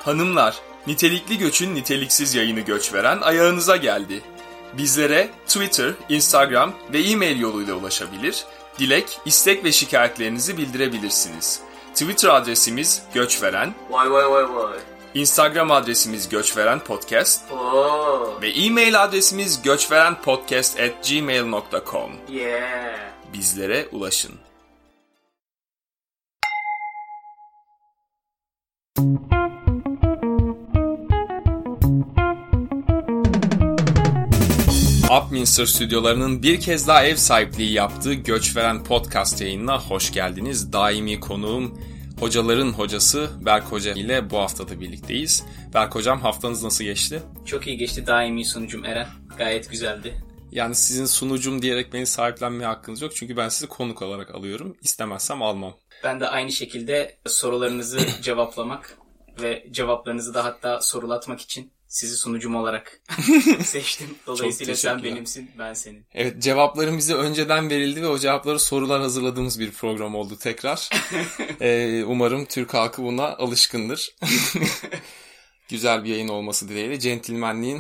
Hanımlar, nitelikli göçün niteliksiz yayını Göç Veren ayağınıza geldi. Bizlere Twitter, Instagram ve e-mail yoluyla ulaşabilir, dilek, istek ve şikayetlerinizi bildirebilirsiniz. Twitter adresimiz Göçveren, Vay. Instagram adresimiz Göçveren Podcast ve e-mail adresimiz göçverenpodcast@gmail.com. Yeah. Bizlere ulaşın. Upminster stüdyolarının bir kez daha ev sahipliği yaptığı Göçveren Podcast yayınına hoş geldiniz. Daimi konuğum, hocaların hocası Berk Hoca ile bu hafta da birlikteyiz. Berk Hocam, haftanız nasıl geçti? Çok iyi geçti. Daimi sunucum Eren. Gayet güzeldi. Yani sizin sunucum diyerek beni sahiplenmeye hakkınız yok. Çünkü ben sizi konuk olarak alıyorum. İstemezsem almam. Ben de aynı şekilde sorularınızı cevaplamak ve cevaplarınızı da hatta sorulatmak için sizi sunucum olarak seçtim. Dolayısıyla sen benimsin, ben senin. Evet, cevaplarım bize önceden verildi ve o cevapları sorular hazırladığımız bir program oldu tekrar. Umarım Türk halkı buna alışkındır. Güzel bir yayın olması dileğiyle centilmenliğin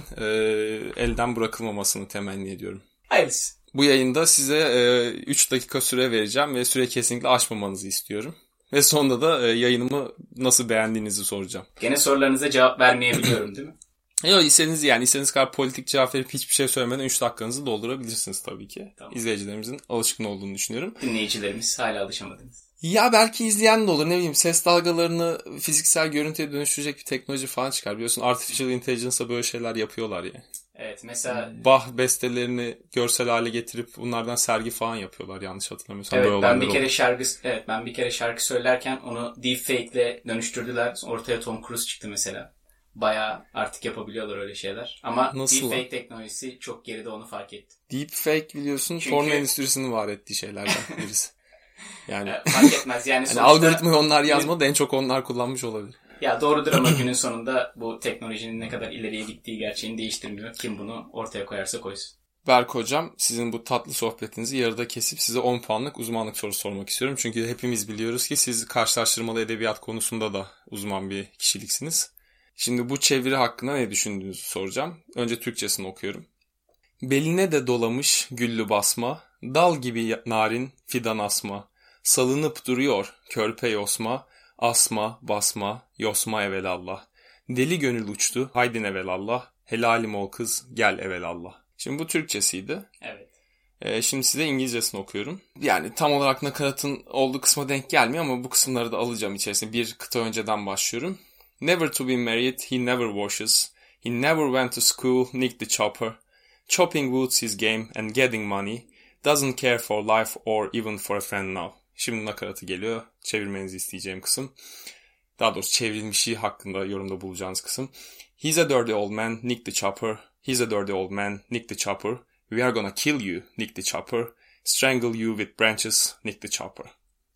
elden bırakılmamasını temenni ediyorum. Hayırlısı. Bu yayında size 3 dakika süre vereceğim ve süre kesinlikle aşmamanızı istiyorum. Ve sonunda da yayınımı nasıl beğendiğinizi soracağım. Gene sorularınıza cevap vermeyebiliyorum değil mi? Yok, istediğiniz kadar politik cevap verip hiçbir şey söylemeden 3 dakikanızı doldurabilirsiniz tabii ki. Tamam. İzleyicilerimizin alışkın olduğunu düşünüyorum. Dinleyicilerimiz hala alışamadınız. Ya belki izleyen de olur, ne bileyim, ses dalgalarını fiziksel görüntüye dönüştürecek bir teknoloji falan çıkar. Biliyorsun Artificial Intelligence'la böyle şeyler yapıyorlar ya. Evet, mesela Bach bestelerini görsel hale getirip bunlardan sergi falan yapıyorlar, yanlış hatırlamıyorsam. Evet, ben bir kere şarkı söylerken onu deepfake'le dönüştürdüler. Ortaya Tom Cruise çıktı mesela. Bayağı artık yapabiliyorlar öyle şeyler. Ama nasıl deepfake teknolojisi çok geride, onu fark ettim. Deepfake biliyorsun porno endüstrisinin var ettiği şeylerden birisi. Yani fark etmez yani sonuçta... algoritmayı onlar yazmadı, en çok onlar kullanmış olabilir. Ya doğrudur ama günün sonunda bu teknolojinin ne kadar ileriye gittiği gerçeğini değiştirmiyor. Kim bunu ortaya koyarsa koysun. Berk Hocam, sizin bu tatlı sohbetinizi yarıda kesip size 10 puanlık uzmanlık sorusu sormak istiyorum. Çünkü hepimiz biliyoruz ki siz karşılaştırmalı edebiyat konusunda da uzman bir kişiliksiniz. Şimdi bu çeviri hakkında ne düşündüğünüzü soracağım. Önce Türkçesini okuyorum. Beline de dolamış güllü basma, dal gibi narin fidan asma, salınıp duruyor körpe yosma, asma basma yosma evelallah. Deli gönül uçtu haydin evelallah, helalim ol kız gel evelallah. Şimdi bu Türkçesiydi. Evet. Şimdi size İngilizcesini okuyorum. Yani tam olarak nakaratın olduğu kısma denk gelmiyor ama bu kısımları da alacağım içerisine. Bir kıta önceden başlıyorum. Never to be married, he never washes. He never went to school, nicked the chopper. Chopping wood's his game and getting money. Doesn't care for life or even for a friend now. Şimdi nakaratı geliyor. Çevirmenizi isteyeceğim kısım. Daha doğrusu çevrilmişi hakkında yorumda bulacağınız kısım. He's a dirty old man, nick the chopper. He's a dirty old man, nick the chopper. We are gonna kill you, nick the chopper. Strangle you with branches, nick the chopper.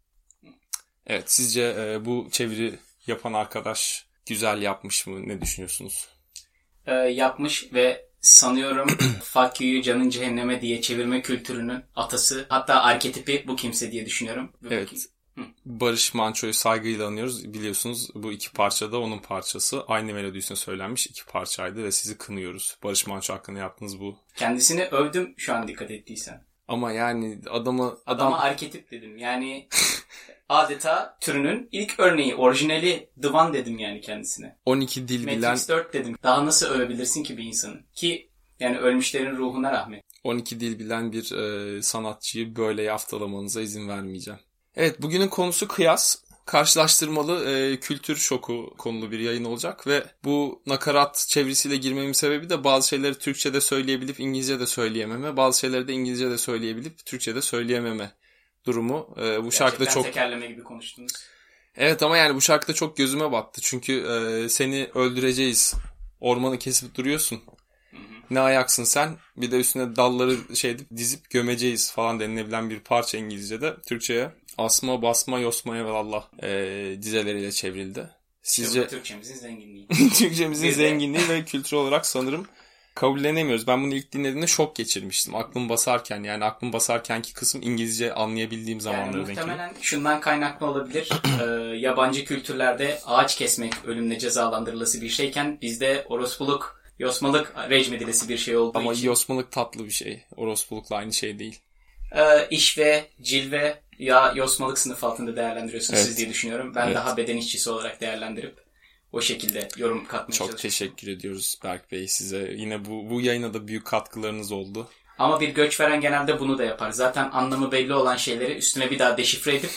Evet, sizce bu çeviri yapan arkadaş güzel yapmış mı? Ne düşünüyorsunuz? Yapmış ve sanıyorum fuck you'yu canın cehenneme diye çevirme kültürünün atası, hatta arketipi bu kimse diye düşünüyorum. Evet. Barış Manço'yu saygıyla anıyoruz. Biliyorsunuz bu iki parça da onun parçası. Aynı melodi üstüne söylenmiş iki parçaydı ve sizi kınıyoruz. Barış Manço hakkında yaptığınız bu. Kendisini övdüm şu an, dikkat ettiysen. Ama yani adama arketip dedim. Yani adeta türünün ilk örneği, orijinali, The One dedim yani kendisine. 12 dil Matrix bilen... Matrix 4 dedim. Daha nasıl övebilirsin ki bir insanı? Ki yani ölmüşlerin ruhuna rahmet. 12 dil bilen bir sanatçıyı böyle yaftalamanıza izin vermeyeceğim. Evet, bugünün konusu kıyas. Karşılaştırmalı kültür şoku konulu bir yayın olacak ve bu nakarat çevirisiyle girmemin sebebi de bazı şeyleri Türkçe'de söyleyebilip İngilizce'de söyleyememe, bazı şeyleri de İngilizce'de söyleyebilip Türkçe'de söyleyememe durumu. Bu şarkıda çok... tekerleme gibi konuştunuz. Evet ama yani bu şarkıda çok gözüme battı. Çünkü seni öldüreceğiz, ormanı kesip duruyorsun. Ne ayaksın sen? Bir de üstüne dalları dizip gömeceğiz falan denilebilen bir parça İngilizce'de. Türkçe'ye asma basma yosma evelallah dizeleriyle çevrildi. Sizce Türkçemizin zenginliği. Türkçemizin zenginliği ve kültür olarak sanırım kabullenemiyoruz. Ben bunu ilk dinlediğimde şok geçirmiştim. Aklım basarken, yani aklım basarkenki kısım İngilizce anlayabildiğim zamanlara denk geliyor. Muhtemelen şundan kaynaklı olabilir. Yabancı kültürlerde ağaç kesmek ölümle cezalandırılası bir şeyken bizde orospuluk, yosmalık recmedilesi bir şey olduğu ama için. Ama yosmalık tatlı bir şey. Orospulukla aynı şey değil. İşve, cilve ya yosmalık sınıf altında değerlendiriyorsunuz siz diye düşünüyorum. Ben daha beden işçisi olarak değerlendirip o şekilde yorum katmaya çalışıyorum. Çok teşekkür ediyoruz Berk Bey size. Yine bu yayına da büyük katkılarınız oldu. Ama bir göç veren genelde bunu da yapar. Zaten anlamı belli olan şeyleri üstüne bir daha deşifre edip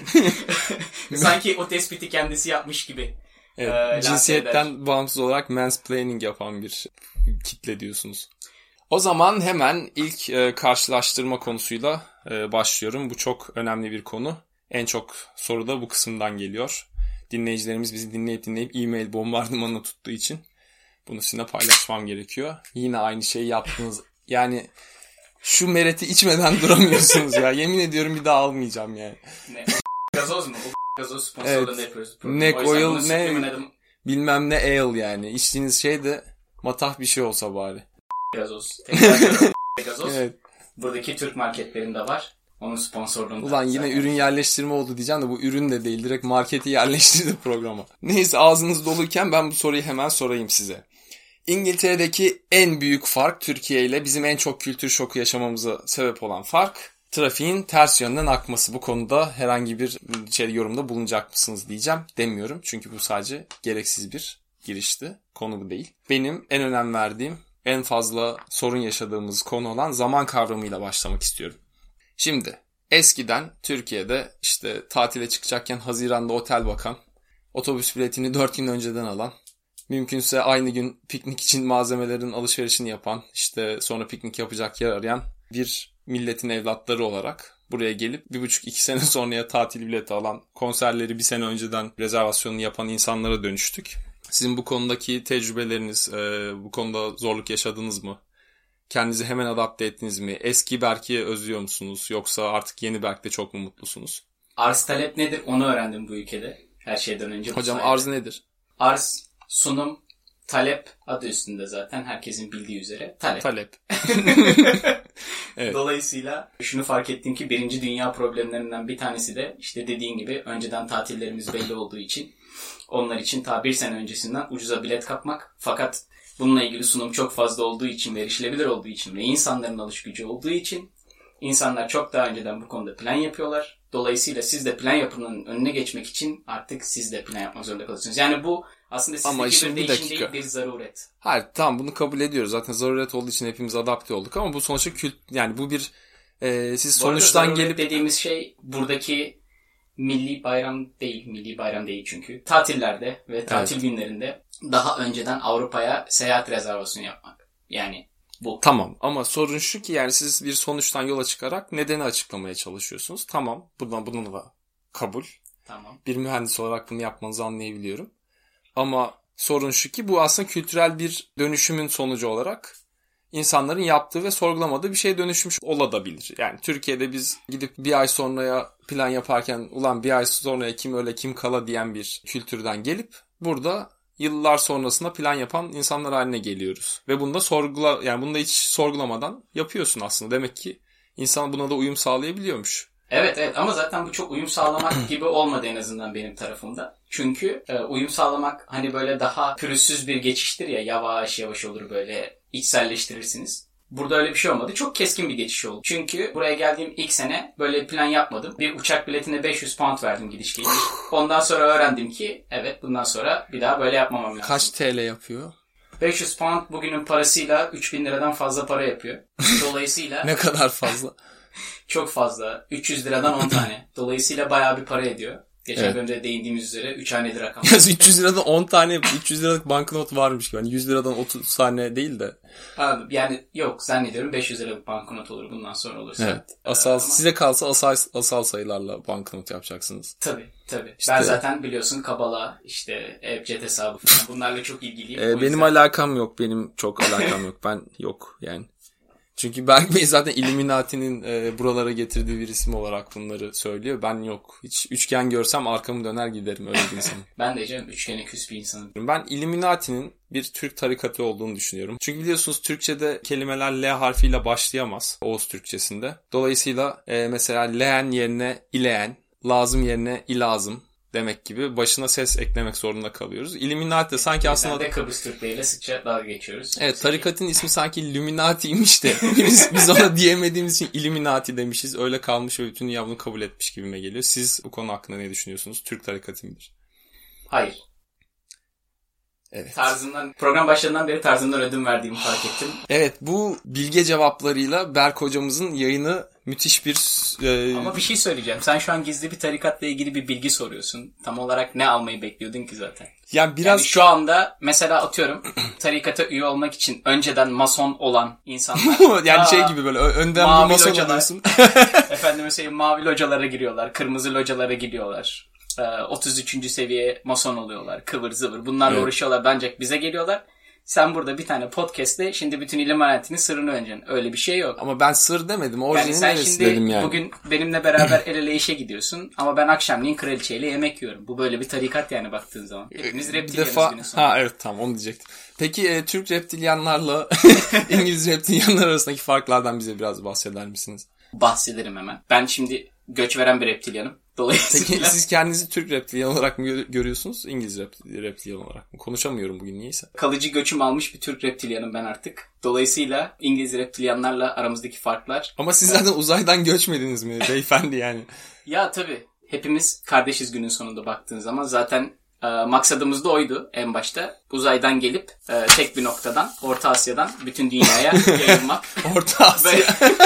sanki o tespiti kendisi yapmış gibi. Evet, cinsiyetten bağımsız olarak mansplaining yapan bir kitle diyorsunuz. O zaman hemen ilk karşılaştırma konusuyla başlıyorum. Bu çok önemli bir konu. En çok soru da bu kısımdan geliyor. Dinleyicilerimiz bizi dinleyip e-mail bombardımanına tuttuğu için bunu sizinle paylaşmam gerekiyor. Yine aynı şeyi yaptınız. Yani şu mereti içmeden duramıyorsunuz ya. Yemin ediyorum bir daha almayacağım yani. Ne? Gazoz mu? O gazoz sponsorluğunda yapıyoruz. Neck oil ne bilmem ne ale yani. İçtiğiniz şey de matah bir şey olsa bari. Gazoz. Tekrar gazoz. Evet. Buradaki Türk marketlerinde var. Onun sponsorluğunda. Ulan yine zaten ürün yerleştirme oldu diyeceğim de bu ürün de değil. Direkt marketi yerleştirdi programa. Neyse ağzınız doluyken ben bu soruyu hemen sorayım size. İngiltere'deki en büyük fark Türkiye ile bizim en çok kültür şoku yaşamamıza sebep olan fark trafiğin ters yönden akması. Bu konuda herhangi bir yorumda bulunacak mısınız diyeceğim. Demiyorum çünkü bu sadece gereksiz bir girişti. Konu bu değil. Benim en önem verdiğim, en fazla sorun yaşadığımız konu olan zaman kavramıyla başlamak istiyorum. Şimdi eskiden Türkiye'de işte tatile çıkacakken Haziran'da otel bakan, otobüs biletini 4 gün önceden alan, mümkünse aynı gün piknik için malzemelerin alışverişini yapan, işte sonra piknik yapacak yer arayan bir milletin evlatları olarak buraya gelip 1,5-2 sene sonraya tatil bileti alan, konserleri bir sene önceden rezervasyonunu yapan insanlara dönüştük. Sizin bu konudaki tecrübeleriniz, bu konuda zorluk yaşadınız mı? Kendinizi hemen adapte ettiniz mi? Eski Berk'i özlüyor musunuz? Yoksa artık yeni Berk'te çok mu mutlusunuz? Arz talep nedir? Onu öğrendim bu ülkede. Her şeyden önce. Hocam arz nedir? Arz, sunum, talep adı üstünde zaten herkesin bildiği üzere. Talep. Evet. Dolayısıyla şunu fark ettim ki birinci dünya problemlerinden bir tanesi de işte dediğin gibi önceden tatillerimiz belli olduğu için onlar için ta bir sene öncesinden ucuza bilet kapmak. Fakat bununla ilgili sunum çok fazla olduğu için ve erişilebilir olduğu için ve insanların alış gücü olduğu için insanlar çok daha önceden bu konuda plan yapıyorlar. Dolayısıyla siz de plan yapımının önüne geçmek için artık siz de plan yapmak zorunda kalıyorsunuz. Yani bu aslında sizdeki bir değişim değil, bir zaruret. Hayır, tamam, bunu kabul ediyoruz. Zaten zaruret olduğu için hepimiz adapte olduk ama bu sonuçta yani bu bir siz sonuçtan gelip dediğimiz şey buradaki milli bayram değil çünkü. Tatillerde ve tatil günlerinde daha önceden Avrupa'ya seyahat rezervasyonu yapmak. Yani bu. Tamam ama sorun şu ki yani siz bir sonuçtan yola çıkarak nedeni açıklamaya çalışıyorsunuz. Tamam, bunun da kabul. Tamam. Bir mühendis olarak bunu yapmanızı anlayabiliyorum. Ama sorun şu ki bu aslında kültürel bir dönüşümün sonucu olarak insanların yaptığı ve sorgulamadığı bir şeye dönüşmüş olabilir. Yani Türkiye'de biz gidip bir ay sonraya plan yaparken ulan bir ay sonraya kim öyle kim kala diyen bir kültürden gelip burada yıllar sonrasında plan yapan insanlar haline geliyoruz. Ve bunu da hiç sorgulamadan yapıyorsun aslında. Demek ki insan buna da uyum sağlayabiliyormuş. Evet ama zaten bu çok uyum sağlamak gibi olmadı en azından benim tarafımda. Çünkü uyum sağlamak hani böyle daha pürüzsüz bir geçiştir ya, yavaş yavaş olur, böyle içselleştirirsiniz. Burada öyle bir şey olmadı. Çok keskin bir geçiş oldu. Çünkü buraya geldiğim ilk sene böyle plan yapmadım. Bir uçak biletine 500 pound verdim gidiş geliş. Ondan sonra öğrendim ki evet, bundan sonra bir daha böyle yapmamam lazım. Kaç TL yapıyor? 500 pound bugünün parasıyla 3000 liradan fazla para yapıyor. Dolayısıyla ne kadar fazla? Çok fazla. 300 liradan 10 tane. Dolayısıyla bayağı bir para ediyor. Geçen bölümde değindiğimiz üzere 3 haneli rakam. 300 liradan 10 tane 300 liralık banknot varmış gibi. Yani 100 liradan 30 tane değil de. Abi yani yok, zannediyorum 500 liralık banknot olur bundan sonra olursa. Evet. Size kalsa asal sayılarla banknot yapacaksınız. Tabii. İşte, ben zaten biliyorsun Kabala, işte Ebced hesabı falan bunlarla çok ilgiliyim. Benim alakam yok. Benim çok alakam yok. Ben yok yani. Çünkü Berk Bey zaten Illuminati'nin buralara getirdiği bir isim olarak bunları söylüyor. Ben yok. Hiç üçgen görsem arkamı döner giderim, öyle bir insanım. Ben de canım üçgene küs bir insanım. Ben Illuminati'nin bir Türk tarikatı olduğunu düşünüyorum. Çünkü biliyorsunuz Türkçe'de kelimeler L harfiyle başlayamaz Oğuz Türkçesinde. Dolayısıyla mesela leğen yerine ileyen, lazım yerine ilazım demek gibi başına ses eklemek zorunda kalıyoruz. Illuminati de sanki aslında... de Kıbrıs Türkleriyle sıkça dalga geçiyoruz. Evet, tarikatın ismi sanki Illuminati'ymiş de biz ona diyemediğimiz için Illuminati demişiz. Öyle kalmış ve bütün dünya bunu kabul etmiş gibime geliyor. Siz bu konu hakkında ne düşünüyorsunuz? Türk tarikatı mıdır? Hayır. Evet. Program başlarından beri tarzımdan ödün verdiğimi fark ettim. Evet, bu bilge cevaplarıyla Berk hocamızın yayını müthiş bir... Ama bir şey söyleyeceğim. Sen şu an gizli bir tarikatla ilgili bir bilgi soruyorsun. Tam olarak ne almayı bekliyordun ki zaten? Yani şu anda mesela atıyorum tarikata üye olmak için önceden mason olan insanlar... yani şey gibi böyle önden bir mason alıyorsun. Efendim mesela mavi localara giriyorlar, kırmızı localara gidiyorlar. 33. seviye mason oluyorlar. Kıvır zıvır. Bunlarla uğraşıyorlar. Ancak bize geliyorlar. Sen burada bir tane podcast'te şimdi bütün Illuminati'nin sırrını öğreneceksin. Öyle bir şey yok. Ama ben sır demedim. Yani sen şimdi bugün benimle beraber el ele işe gidiyorsun. Ama ben akşamleyin kraliçeyle yemek yiyorum. Bu böyle bir tarikat yani baktığın zaman. Hepimiz reptilyanız günün sonunda. Ha evet, tamam, onu diyecektim. Peki Türk reptilyanlarla İngiliz reptilyanlar arasındaki farklardan bize biraz bahseder misiniz? Bahsederim hemen. Ben şimdi göç veren bir reptilyanım. Dolayısıyla... Peki siz kendinizi Türk reptilyan olarak mı görüyorsunuz? İngiliz reptilyan olarak mı? Konuşamıyorum bugün niyeyse. Kalıcı göçüm almış bir Türk reptilyanım ben artık. Dolayısıyla İngiliz reptilyanlarla aramızdaki farklar... Ama siz zaten uzaydan göçmediniz mi beyefendi yani? Ya tabii. Hepimiz kardeşiz günün sonunda baktığın zaman. Zaten maksadımız da oydu en başta. Uzaydan gelip tek bir noktadan, Orta Asya'dan bütün dünyaya yayılmak. Orta Asya.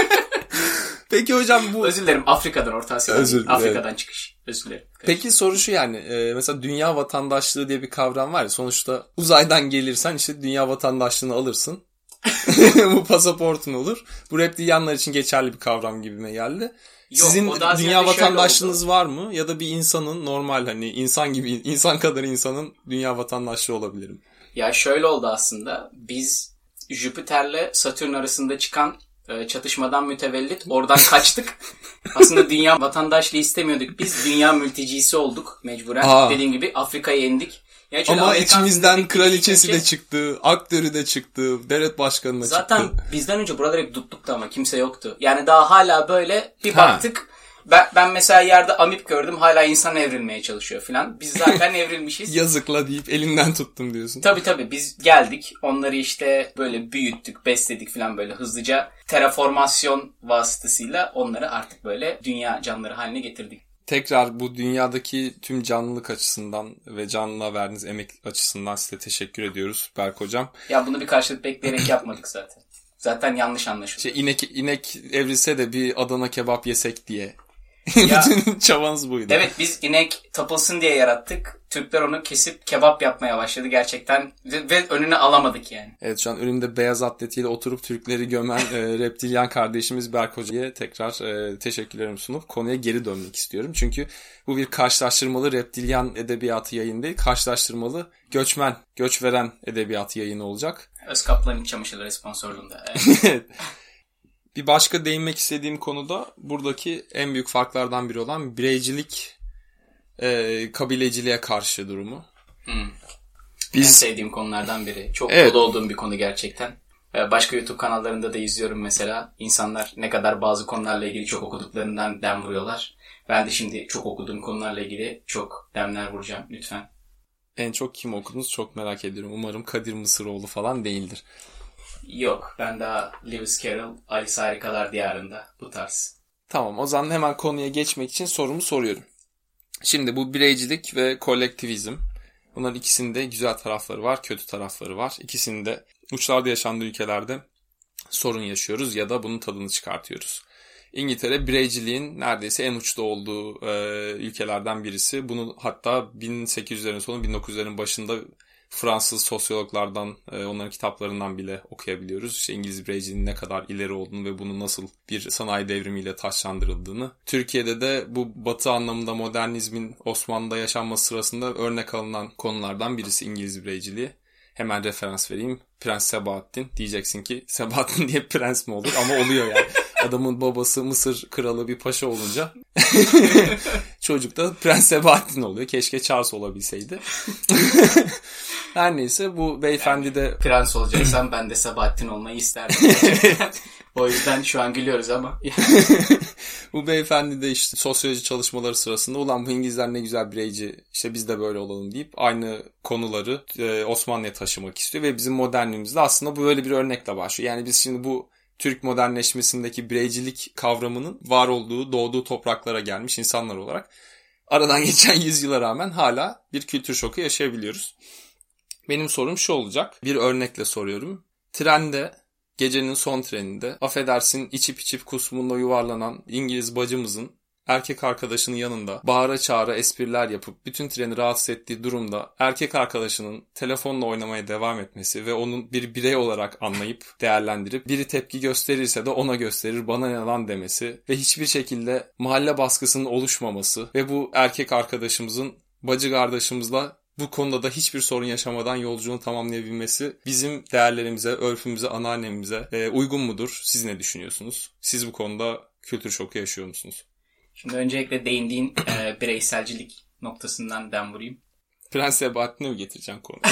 Peki hocam bu... Özür dilerim, Afrika'dan Orta Asya'dan. Afrika'dan çıkış. Özür dilerim. Peki soru şu yani. Mesela dünya vatandaşlığı diye bir kavram var ya. Sonuçta uzaydan gelirsen işte dünya vatandaşlığını alırsın. Bu pasaportun olur. Bu reptilyanlar için geçerli bir kavram gibime geldi. Sizin dünya vatandaşlığınız var mı? Ya da bir insanın normal hani insan kadar insanın dünya vatandaşlığı olabilir mi? Ya şöyle oldu aslında. Biz Jüpiter'le Satürn arasında çıkan çatışmadan mütevellit oradan kaçtık. Aslında dünya vatandaşlığı istemiyorduk. Biz dünya mültecisi olduk mecburen. Dediğim gibi Afrika'ya indik. Yani ama içimizden kraliçesi de çıktı, aktörü de çıktı, devlet başkanı da çıktı. Zaten bizden önce buraları hep tutluktu ama kimse yoktu. Yani daha hala böyle bir baktık. Ben mesela yerde amip gördüm, hala insan evrilmeye çalışıyor falan. Biz zaten evrilmişiz. Yazıkla deyip elinden tuttum diyorsun. Tabii biz geldik. Onları işte böyle büyüttük, besledik falan böyle hızlıca. Terraformasyon vasıtasıyla onları artık böyle dünya canlıları haline getirdik. Tekrar bu dünyadaki tüm canlılık açısından ve canlılığa verdiğiniz emek açısından size teşekkür ediyoruz Berk Hocam. Ya bunu bir karşılık bekleyerek yapmadık zaten. Zaten yanlış anlaşıldı. İnek evrilse de bir Adana kebap yesek diye. Bütün çabanız buydu. Evet, biz inek tapılsın diye yarattık. Türkler onu kesip kebap yapmaya başladı gerçekten ve önüne alamadık yani. Evet, şu an önümde beyaz atletiyle oturup Türkleri gömen reptilyan kardeşimiz Berk Hoca'ya tekrar teşekkürlerimi sunup konuya geri dönmek istiyorum. Çünkü bu bir karşılaştırmalı reptilyan edebiyatı yayını değil, karşılaştırmalı göç veren edebiyatı yayını olacak. Özkaplan'ın çamaşırları sponsorluğunda. Evet. Bir başka değinmek istediğim konuda buradaki en büyük farklardan biri olan bireycilik, kabileciliğe karşı durumu. En sevdiğim konulardan biri. Çok dolu olduğum bir konu gerçekten. Başka YouTube kanallarında da izliyorum mesela. İnsanlar ne kadar bazı konularla ilgili çok okuduklarından dem vuruyorlar. Ben de şimdi çok okuduğum konularla ilgili çok demler vuracağım lütfen. En çok kim okudunuz çok merak ediyorum. Umarım Kadir Mısıroğlu falan değildir. Yok, ben daha Lewis Carroll, Alice Harikalar Diyarında bu tarz. Tamam, o zaman hemen konuya geçmek için sorumu soruyorum. Şimdi bu bireycilik ve kolektivizm. Bunların ikisinde güzel tarafları var, kötü tarafları var. İkisinde uçlarda yaşandığı ülkelerde sorun yaşıyoruz ya da bunun tadını çıkartıyoruz. İngiltere bireyciliğin neredeyse en uçta olduğu ülkelerden birisi. Bunu hatta 1800'lerin sonu 1900'lerin başında Fransız sosyologlardan, onların kitaplarından bile okuyabiliyoruz. İşte İngiliz bireyciliğinin ne kadar ileri olduğunu ve bunun nasıl bir sanayi devrimiyle taçlandırıldığını. Türkiye'de de bu batı anlamında modernizmin Osmanlı'da yaşanması sırasında örnek alınan konulardan birisi İngiliz bireyciliği. Hemen referans vereyim. Prens Sebahattin. Diyeceksin ki Sebahattin diye prens mi olur? Ama oluyor yani. Adamın babası Mısır kralı bir paşa olunca çocuk da Prens Sebahattin oluyor. Keşke Charles olabilseydi. Her neyse bu beyefendi de... Prens olacaksam ben de Sebahattin olmayı isterdim. O yüzden şu an gülüyoruz ama. Bu beyefendi de işte sosyoloji çalışmaları sırasında ulan bu İngilizler ne güzel bireyci, işte biz de böyle olalım deyip aynı konuları Osmanlı'ya taşımak istiyor ve bizim modernliğimizde aslında bu böyle bir örnekle başlıyor. Yani biz şimdi bu Türk modernleşmesindeki bireycilik kavramının var olduğu, doğduğu topraklara gelmiş insanlar olarak aradan geçen yüzyıla rağmen hala bir kültür şoku yaşayabiliyoruz. Benim sorum şu olacak. Bir örnekle soruyorum. Trende, gecenin son treninde, affedersin içip içip kusmunda yuvarlanan İngiliz bacımızın erkek arkadaşının yanında bağıra çağıra espriler yapıp bütün treni rahatsız ettiği durumda erkek arkadaşının telefonla oynamaya devam etmesi ve onun bir birey olarak anlayıp değerlendirip biri tepki gösterirse de ona gösterir, bana ne lan demesi ve hiçbir şekilde mahalle baskısının oluşmaması ve bu erkek arkadaşımızın bacı kardeşimizle bu konuda da hiçbir sorun yaşamadan yolculuğunu tamamlayabilmesi bizim değerlerimize, örfümüze, anneannemize uygun mudur? Siz ne düşünüyorsunuz? Siz bu konuda kültür şoku yaşıyor musunuz? Şimdi öncelikle değindiğin bireyselcilik noktasından ben vurayım. Prens Sebahattin'e mi getireceğim konuyu?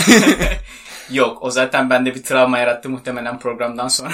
Yok, o zaten bende bir travma yarattı muhtemelen programdan sonra.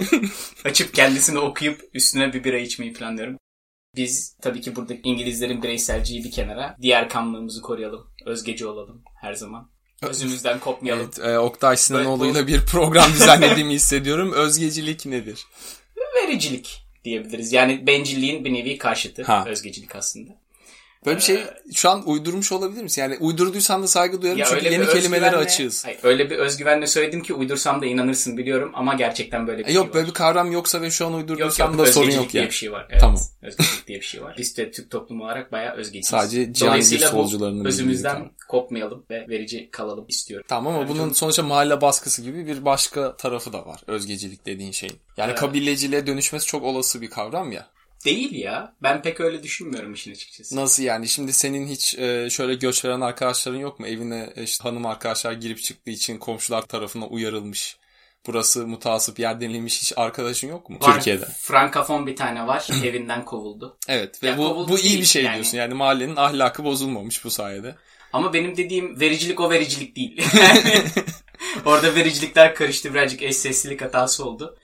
Açıp kendisini okuyup üstüne bir bira içmeyi planlıyorum. Biz tabii ki buradaki İngilizlerin bireyselciyi bir kenara, diğer kanlığımızı koruyalım, özgeci olalım her zaman. Özümüzden kopmayalım. Evet, Oktay Sinanoğlu'yla bir program düzenlediğimi hissediyorum. Özgecilik nedir? Vericilik diyebiliriz. Yani bencilliğin bir nevi karşıtı. Özgecilik aslında. Böyle bir şey şu an uydurmuş olabilir misin? Yani uydurduysan da saygı duyarım çünkü yeni kelimelere açığız. Hayır, öyle bir özgüvenle söyledim ki uydursam da inanırsın biliyorum ama gerçekten böyle bir şey var. Yok, böyle bir kavram yoksa ve şu an uydurduysam da sorun yok yani. Özgecilik diye bir şey var. Evet, tamam. Özgecilik diye bir şey var. Biz de Türk toplumu olarak bayağı özgeciyiz. Sadece Cihangir solcularının özümüzden kopmayalım ve verici kalalım istiyorum. Tamam ama bunun sonuçta mahalle baskısı gibi bir başka tarafı da var. Özgecilik dediğin şeyin. Yani kabileciliğe dönüşmesi çok olası bir kavram ya. Değil ya. Ben pek öyle düşünmüyorum işin açıkçası. Nasıl yani? Şimdi senin hiç şöyle göç veren arkadaşların yok mu? Evine işte hanım arkadaşlar girip çıktığı için komşular tarafından uyarılmış. Burası mutasip yer denilmiş hiç arkadaşın yok mu? Var, Türkiye'de. Frankafon bir tane var. Evinden kovuldu. Evet ve bu iyi bir şey yani. Diyorsun. Yani mahallenin ahlakı bozulmamış bu sayede. Ama benim dediğim vericilik o vericilik değil. Yani orada vericilikler karıştı. Birazcık eş seslilik hatası oldu.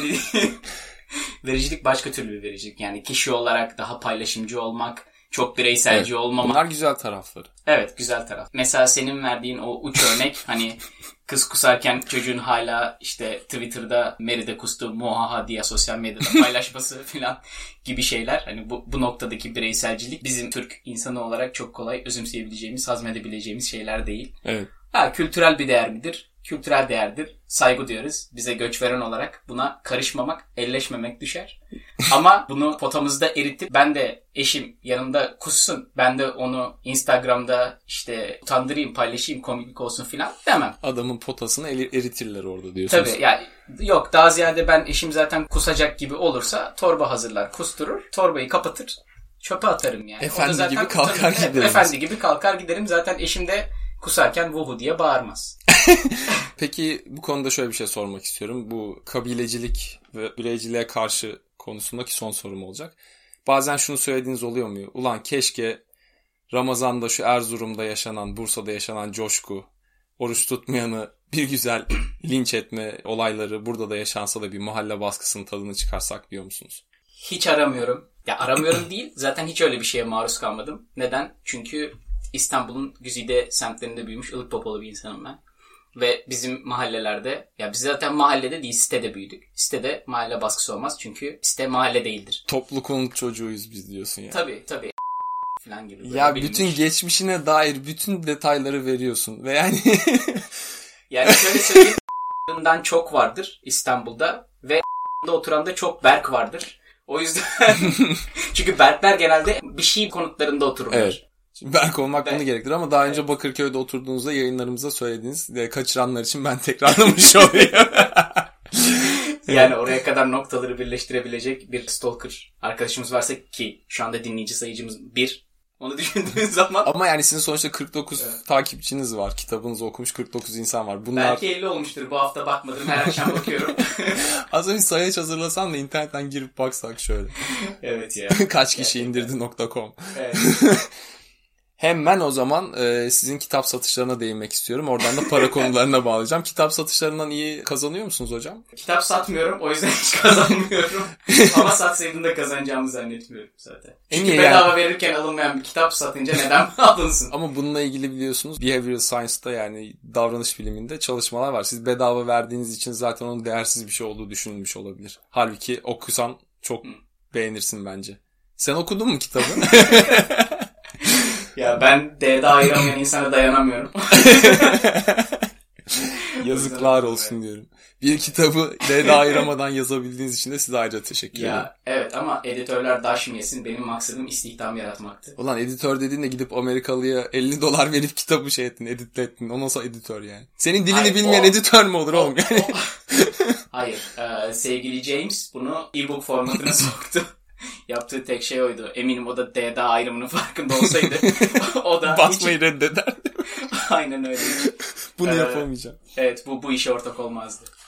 Vericilik başka türlü bir vericilik. Yani kişi olarak daha paylaşımcı olmak, çok bireyselci olmamak. Bunlar güzel tarafları. Evet, güzel taraf. Mesela senin verdiğin o uç örnek hani kız kusarken çocuğun hala işte Twitter'da Meri'de kustu muhaha diye sosyal medyada paylaşması falan gibi şeyler. Hani bu noktadaki bireyselcilik bizim Türk insanı olarak çok kolay özümseyebileceğimiz, hazmedebileceğimiz şeyler değil. Evet. Kültürel bir değer midir? Kültürel değerdir. Saygı duyarız. Bize göç veren olarak buna karışmamak, elleşmemek düşer. Ama bunu potamızda eritip ben de eşim yanımda kussun, ben de onu Instagram'da işte utandırayım, paylaşayım, komiklik olsun filan demem. Adamın potasını eritirler orada diyorsunuz. Tabii yani yok, daha ziyade ben eşim zaten kusacak gibi olursa torba hazırlar, kusturur, torbayı kapatır, çöpe atarım yani. Efendi gibi kalkar giderim. Efendi gibi kalkar giderim. Zaten eşim de kusarken vuhu diye bağırmaz. Peki bu konuda şöyle bir şey sormak istiyorum. Bu kabilecilik ve bireyciliğe karşı konusundaki son sorum olacak. Bazen şunu söylediğiniz oluyor mu? Ulan keşke Ramazan'da şu Erzurum'da yaşanan, Bursa'da yaşanan coşku, oruç tutmayanı bir güzel linç etme olayları burada da yaşansa da bir mahalle baskısının tadını çıkarsak diyor musunuz? Hiç aramıyorum. Ya aramıyorum değil. Zaten hiç öyle bir şeye maruz kalmadım. Neden? Çünkü İstanbul'un güzide semtlerinde büyümüş ılık popalı bir insanım ben. Ve bizim mahallelerde, ya biz zaten mahallede değil sitede büyüdük. Sitede mahalle baskısı olmaz çünkü site mahalle değildir. Topluluğun çocuğuyuz biz diyorsun ya. Tabii falan gibi. Ya bütün geçmişine dair bütün detayları veriyorsun ve yani... Yani şöyle söyleyeyim, çok vardır İstanbul'da ve oturan da çok Berk vardır. O yüzden çünkü Berkler genelde bir şey konutlarında otururlar. Evet. Şimdi Berk olmak bunu gerektirir ama daha önce Bakırköy'de oturduğunuzda yayınlarımızda söylediğiniz kaçıranlar için ben tekrarlamış olayım. Yani oraya kadar noktaları birleştirebilecek bir stalker arkadaşımız varsa ki şu anda dinleyici sayıcımız 1. Onu düşündüğün zaman. Ama yani sizin sonuçta 49 takipçiniz var. Kitabınızı okumuş 49 insan var. Bunlar... Belki 50 olmuştur. Bu hafta bakmadım. Her akşam bakıyorum. Az önce sayaç hazırlasan da internetten girip baksak şöyle. Evet ya. Kaç kişi indirdi.com. Evet. Hemen o zaman sizin kitap satışlarına değinmek istiyorum. Oradan da para konularına bağlayacağım. Kitap satışlarından iyi kazanıyor musunuz hocam? Kitap satmıyorum. O yüzden hiç kazanmıyorum. Ama satsaydım da kazanacağımı zannetmiyorum zaten. Çünkü bedava verirken alınmayan bir kitap satınca neden alınsın? Ama bununla ilgili biliyorsunuz Behavioral Science'da yani davranış biliminde çalışmalar var. Siz bedava verdiğiniz için zaten onun değersiz bir şey olduğu düşünülmüş olabilir. Halbuki okusan çok beğenirsin bence. Sen okudun mu kitabı? Ya ben D'de ayıramayan insana dayanamıyorum. Yazıklar olsun diyorum. Bir kitabı D'de ayıramadan yazabildiğiniz için de size ayrıca teşekkür ederim. Ya evet ama editörler daş mı yesin? Benim maksadım istihdam yaratmaktı. Ulan editör dediğin de gidip Amerikalıya $50 verip kitabı editlettin. O nasıl editör yani? Senin dilini bilmeyen editör mü olur oğlum? Hayır. Sevgili James bunu e-book formatına soktu. Yaptığı tek şey oydu. Eminim o da D'de ayrımının farkında olsaydı. O da basmayı reddederdi. Aynen öyle. Bunu yapamayacağım. Evet bu işe ortak olmazdı.